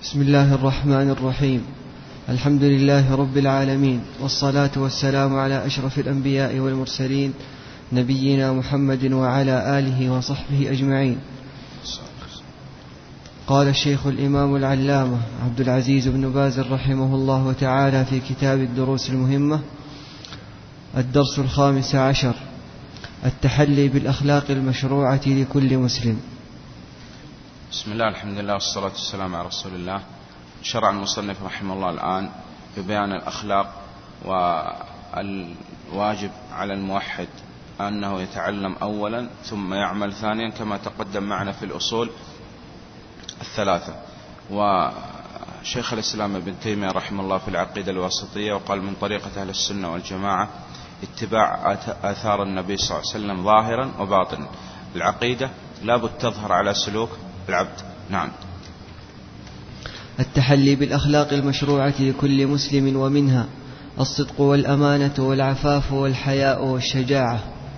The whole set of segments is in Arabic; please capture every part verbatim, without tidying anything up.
بسم الله الرحمن الرحيم. الحمد لله رب العالمين، والصلاة والسلام على أشرف الأنبياء والمرسلين، نبينا محمد وعلى آله وصحبه أجمعين. قال الشيخ الإمام العلامة عبد العزيز بن باز رحمه الله تعالى في كتاب الدروس المهمة: الدرس الخامس عشر: التحلي بالأخلاق المشروعة لكل مسلم. بسم الله، الحمد لله، والصلاة والسلام على رسول الله. شرع المصنف رحمه الله الآن ببيان الأخلاق، والواجب على الموحد أنه يتعلم أولا ثم يعمل ثانيا، كما تقدم معنا في الأصول الثلاثة. وشيخ الإسلام ابن تيمية رحمه الله في العقيدة الواسطية وقال: من طريقة أهل السنة والجماعة اتباع آثار النبي صلى الله عليه وسلم ظاهرا وباطنا. العقيدة لابد تظهر على سلوك العبد. نعم. التحلي بالأخلاق المشروعة لكل مسلم، ومنها الصدق والأمانة والعفاف والحياء والشجاعة.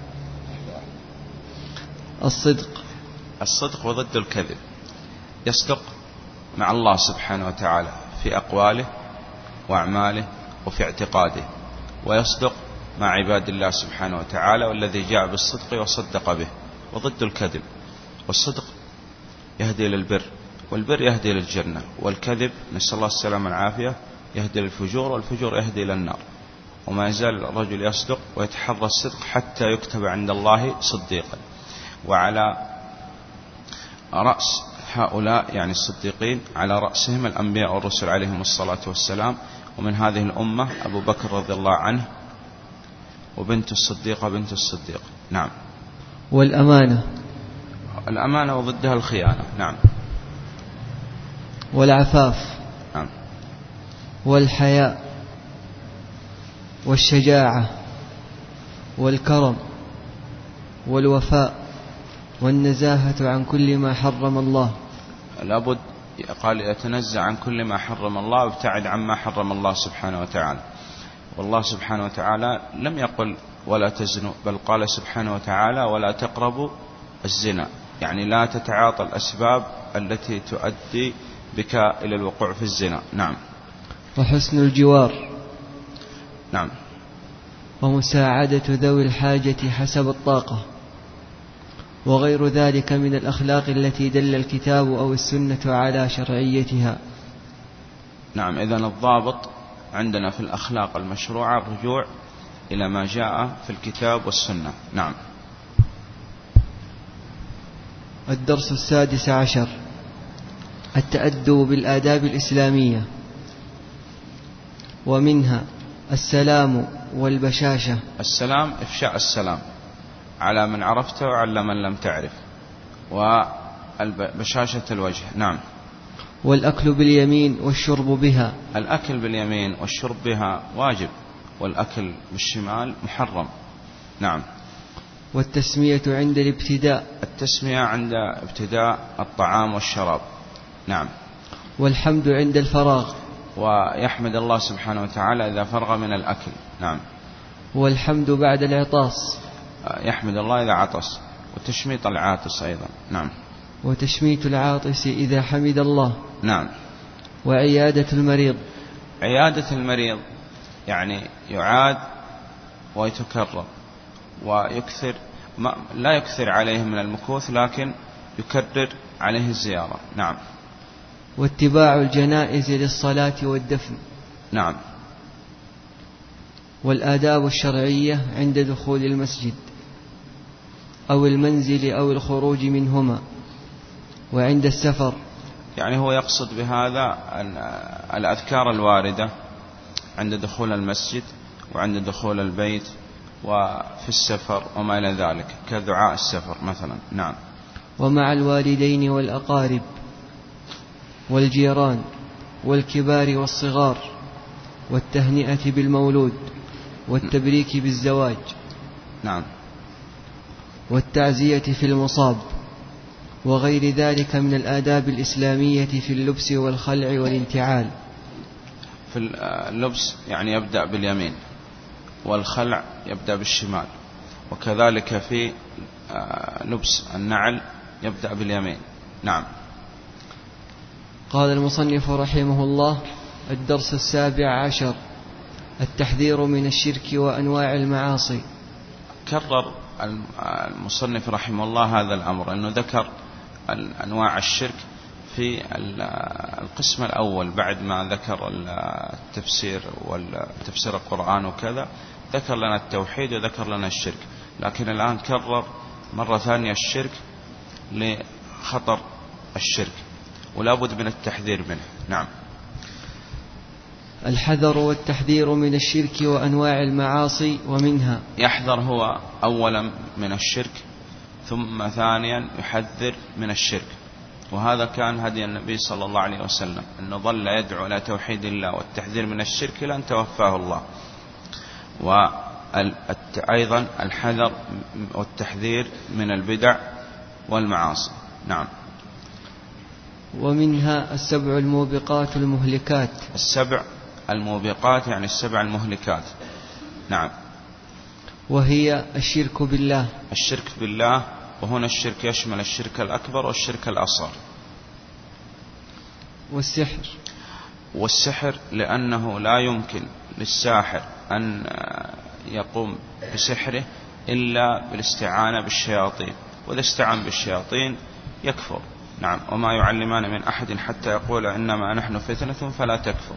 الصدق الصدق وضد الكذب. يصدق مع الله سبحانه وتعالى في أقواله وأعماله وفي اعتقاده، ويصدق مع عباد الله سبحانه وتعالى، والذي جاء بالصدق وصدق به. وضد الكذب، والصدق يهدي للبر، والبر يهدي للجنة، والكذب نسأل الله السلامة والعافية يهدي للفجور، والفجور يهدي للنار. وما يزال الرجل يصدق ويتحرى الصدق حتى يكتب عند الله صديقا. وعلى رأس هؤلاء يعني الصديقين على رأسهم الأنبياء والرسل عليهم الصلاة والسلام. ومن هذه الأمة أبو بكر رضي الله عنه، وبنت الصديقة بنت الصديق. نعم. والأمانة الأمانة وضدها الخيانة. نعم. والعفاف. نعم. والحياء والشجاعة والكرم والوفاء والنزاهة عن كل ما حرم الله. لابد قال يتنزع عن كل ما حرم الله وابتعد عما حرم الله سبحانه وتعالى. والله سبحانه وتعالى لم يقل ولا تزنوا، بل قال سبحانه وتعالى: ولا تقربوا الزنا، يعني لا تتعاطى الأسباب التي تؤدي بك إلى الوقوع في الزنا. نعم. وحسن الجوار. نعم. ومساعدة ذوي الحاجة حسب الطاقة، وغير ذلك من الأخلاق التي دل الكتاب أو السنة على شرعيتها. نعم. إذن الضابط عندنا في الأخلاق المشروعة الرجوع إلى ما جاء في الكتاب والسنة. نعم. الدرس السادس عشر: التأدب بالآداب الإسلامية، ومنها السلام والبشاشة. السلام إفشاء السلام على من عرفته وعلى من لم تعرف، وبشاشة الوجه. نعم. والأكل باليمين والشرب بها. الأكل باليمين والشرب بها واجب، والأكل بالشمال محرم. نعم. والتسمية عند الابتداء. التسمية عند ابتداء الطعام والشراب. نعم. والحمد عند الفراغ. ويحمد الله سبحانه وتعالى إذا فرغ من الأكل. نعم. والحمد بعد العطاس. يحمد الله إذا عطس، وتشميط العاطس أيضا. نعم. وتشميت العاطس إذا حمد الله. نعم. وعيادة المريض. عيادة المريض يعني يعاد ويتكرر ويكثر، ما لا يكثر عليه من المكوث، لكن يكرر عليه الزيارة. نعم. واتباع الجنائز للصلاة والدفن. نعم. والآداب الشرعية عند دخول المسجد أو المنزل أو الخروج منهما، وعند السفر. يعني هو يقصد بهذا الأذكار الواردة عند دخول المسجد وعند دخول البيت وفي السفر وما إلى ذلك، كدعاء السفر مثلا. نعم. ومع الوالدين والأقارب والجيران والكبار والصغار، والتهنئة بالمولود، والتبريك بالزواج. نعم. والتعزية في المصاب، وغير ذلك من الآداب الإسلامية في اللبس والخلع والانتعال. في اللبس يعني يبدأ باليمين، والخلع يبدأ بالشمال، وكذلك في لبس النعل يبدأ باليمين. نعم. قال المصنف رحمه الله: الدرس السابع عشر: التحذير من الشرك وأنواع المعاصي. كرر المصنف رحمه الله هذا الأمر، أنه ذكر أنواع الشرك في القسم الأول بعد ما ذكر التفسير والتفسير القرآن وكذا، ذكر لنا التوحيد وذكر لنا الشرك، لكن الآن كرر مرة ثانية الشرك لخطر الشرك ولا بد من التحذير منه. نعم. الحذر والتحذير من الشرك وأنواع المعاصي. ومنها يحذر هو أولا من الشرك، ثم ثانيا يحذر من الشرك، وهذا كان هدي النبي صلى الله عليه وسلم، أنه ظل يدعو إلى توحيد الله والتحذير من الشرك إلى أن توفاه الله. وأيضا الحذر والتحذير من البدع والمعاصي. نعم. ومنها السبع الموبقات المهلكات. السبع الموبقات يعني السبع المهلكات. نعم. وهي الشرك بالله. الشرك بالله، وهنا الشرك يشمل الشرك الأكبر والشرك الأصغر. والسحر. والسحر لأنه لا يمكن للساحر أن يقوم بسحره إلا بالاستعانة بالشياطين، وإذا استعان بالشياطين يكفر. نعم. وما يعلمان من أحد حتى يقول إنما نحن فتنة فلا تكفر.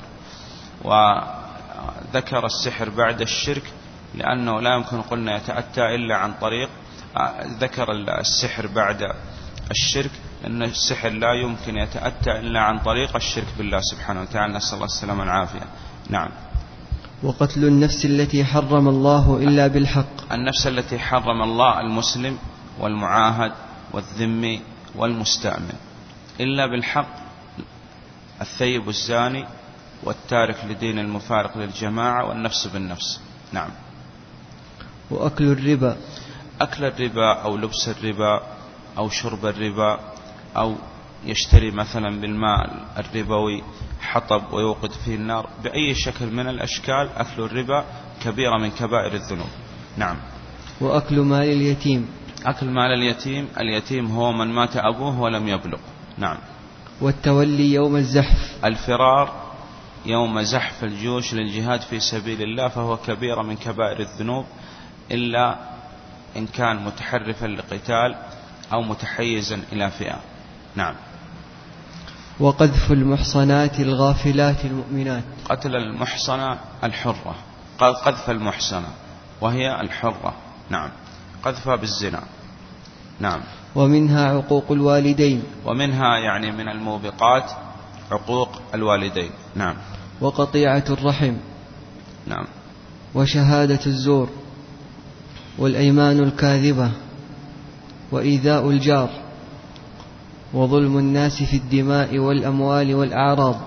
وذكر السحر بعد الشرك لأنه لا يمكن قلنا يتأتى إلا عن طريق، ذكر السحر بعد الشرك أن السحر لا يمكن يتأتى إلا عن طريق الشرك بالله سبحانه وتعالى، نسأل الله السلامة والعافية. نعم. وقتل النفس التي حرم الله إلا بالحق. النفس التي حرم الله، المسلم والمعاهد والذمي والمستأمن، إلا بالحق، الثيب الزاني والتارك لدين المفارق للجماعة والنفس بالنفس. نعم. وأكل الربا. أكل الربا أو لبس الربا أو شرب الربا أو يشتري مثلا بالماء الربوي حطب ويوقد فيه النار، بأي شكل من الأشكال أكل الربا كبيرة من كبائر الذنوب. نعم. وأكل مال اليتيم. أكل مال اليتيم، اليتيم هو من مات أبوه ولم يبلغ. نعم. والتولي يوم الزحف. الفرار يوم زحف الجيوش للجهاد في سبيل الله، فهو كبيرة من كبائر الذنوب إلا إن كان متحرفا لقتال أو متحيزا إلى فئة. نعم. وقذف المحصنات الغافلات المؤمنات. قتل المحصنة الحرة، قذف المحصنة وهي الحرة. نعم. قذفها بالزنا. نعم. ومنها عقوق الوالدين. ومنها يعني من الموبقات عقوق الوالدين. نعم. وقطيعة الرحم. نعم. وشهادة الزور والأيمان الكاذبة وإيذاء الجار وظلم الناس في الدماء والأموال والأعراض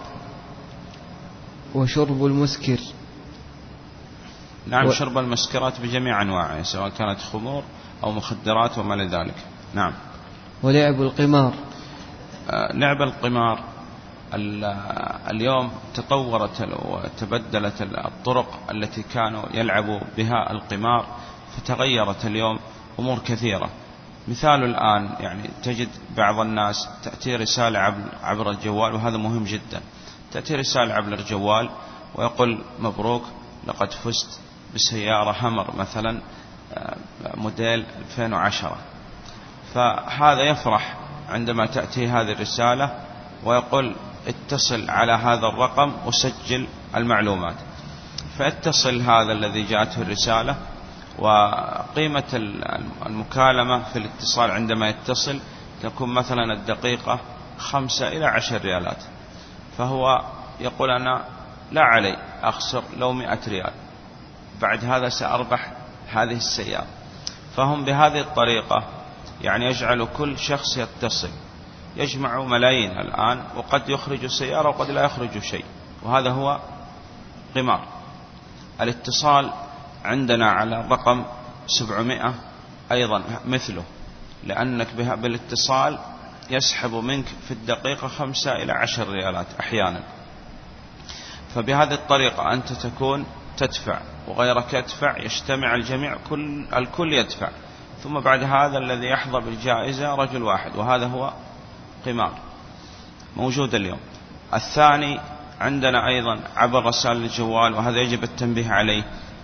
وشرب المسكر. نعم. و... شرب المسكرات بجميع أنواعها سواء كانت خمور أو مخدرات وما لذلك. نعم. ولعب القمار. آه لعب القمار اليوم تطورت وتبدلت الطرق التي كانوا يلعبوا بها القمار، فتغيرت اليوم أمور كثيرة. مثال الآن يعني تجد بعض الناس تأتي رسالة عبر الجوال، وهذا مهم جدا، تأتي رسالة عبر الجوال ويقول مبروك لقد فزت بسيارة همر مثلا موديل ألفين وعشرة، فهذا يفرح عندما تأتي هذه الرسالة ويقول اتصل على هذا الرقم وسجل المعلومات، فاتصل هذا الذي جاءته الرسالة، وقيمة المكالمة في الاتصال عندما يتصل تكون مثلا الدقيقة خمسة إلى عشر ريالات، فهو يقول أنا لا علي أخسر لو مئة ريال، بعد هذا سأربح هذه السيارة. فهم بهذه الطريقة يعني يجعل كل شخص يتصل، يجمع ملايين الآن، وقد يخرج سيارة وقد لا يخرج شيء، وهذا هو قمار. الاتصال عندنا على رقم سبعمائة أيضا مثله، لأنك بالاتصال يسحب منك في الدقيقة خمسة إلى عشر ريالات أحيانا. فبهذه الطريقة أنت تكون تدفع وغيرك يدفع، يجتمع الجميع، كل الكل يدفع، ثم بعد هذا الذي يحظى بالجائزة رجل واحد، وهذا هو قمار موجود اليوم. الثاني عندنا أيضا عبر رسائل الجوال، وهذا يجب التنبيه عليه،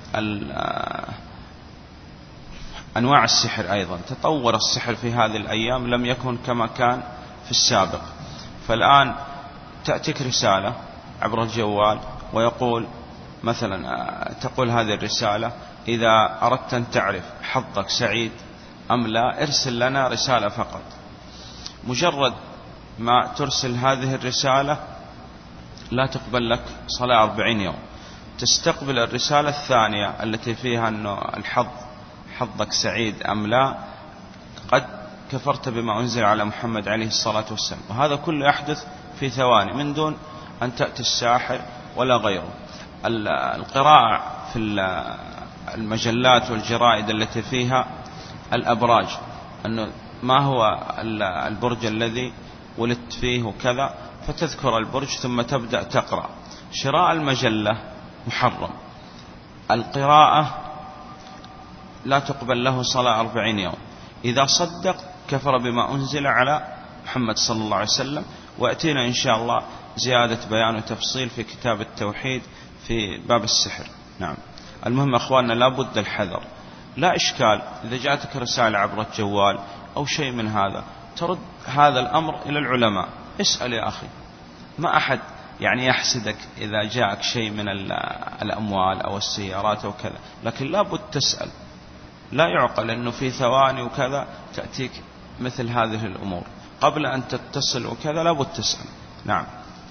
أنواع السحر. أيضا تطور السحر في هذه الأيام، لم يكن كما كان في السابق. فالآن تأتيك رسالة عبر الجوال ويقول مثلا، تقول هذه الرسالة: إذا أردت أن تعرف حظك سعيد أم لا ارسل لنا رسالة فقط. مجرد ما ترسل هذه الرسالة لا تقبل لك صلاة أربعين يوم. تستقبل الرسالة الثانية التي فيها أنه الحظ حظك سعيد أم لا، قد كفرت بما أنزل على محمد عليه الصلاة والسلام. وهذا كله يحدث في ثواني من دون أن تأتي الساحر ولا غيره. القراءة في المجلات والجرائد التي فيها الأبراج، أنه ما هو البرج الذي ولدت فيه وكذا، فتذكر البرج ثم تبدأ تقرأ. شراء المجلة محرم. القراءة لا تقبل له صلاة أربعين يوم. إذا صدق كفر بما أنزل على محمد صلى الله عليه وسلم. وأتينا إن شاء الله زيادة بيان وتفصيل في كتاب التوحيد في باب السحر. نعم. المهم أخواننا لا بد الحذر. لا إشكال إذا جاءتك رسالة عبر الجوال أو شيء من هذا، ترد هذا الأمر إلى العلماء. اسأل يا أخي، ما أحد يعني يحسدك إذا جاءك شيء من الأموال أو السيارات أو كذا، لكن لا بد تسأل. لا يعقل أنه في ثواني وكذا تأتيك مثل هذه الأمور. قبل أن تتصل وكذا لا بد تسأل. نعم.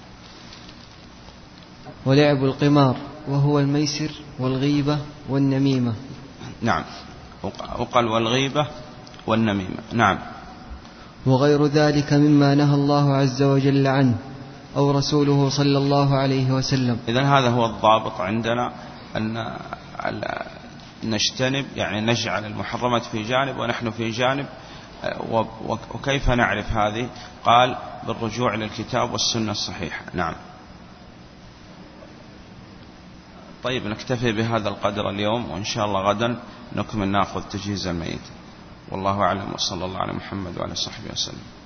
ولعب القمار وهو الميسر والغيبة والنميمة. نعم. وقال والغيبة والنميمة. نعم. وغير ذلك مما نهى الله عز وجل عنه أو رسوله صلى الله عليه وسلم. إذن هذا هو الضابط عندنا، أن نجتنب يعني نجعل المحرمات في جانب ونحن في جانب. وكيف نعرف هذه؟ قال بالرجوع إلى الكتاب والسنة الصحيحة. نعم. طيب نكتفي بهذا القدر اليوم، وإن شاء الله غدا نكمل نأخذ تجهيز الميت. والله أعلم، وصلى الله على محمد وعلى صحبه وسلم.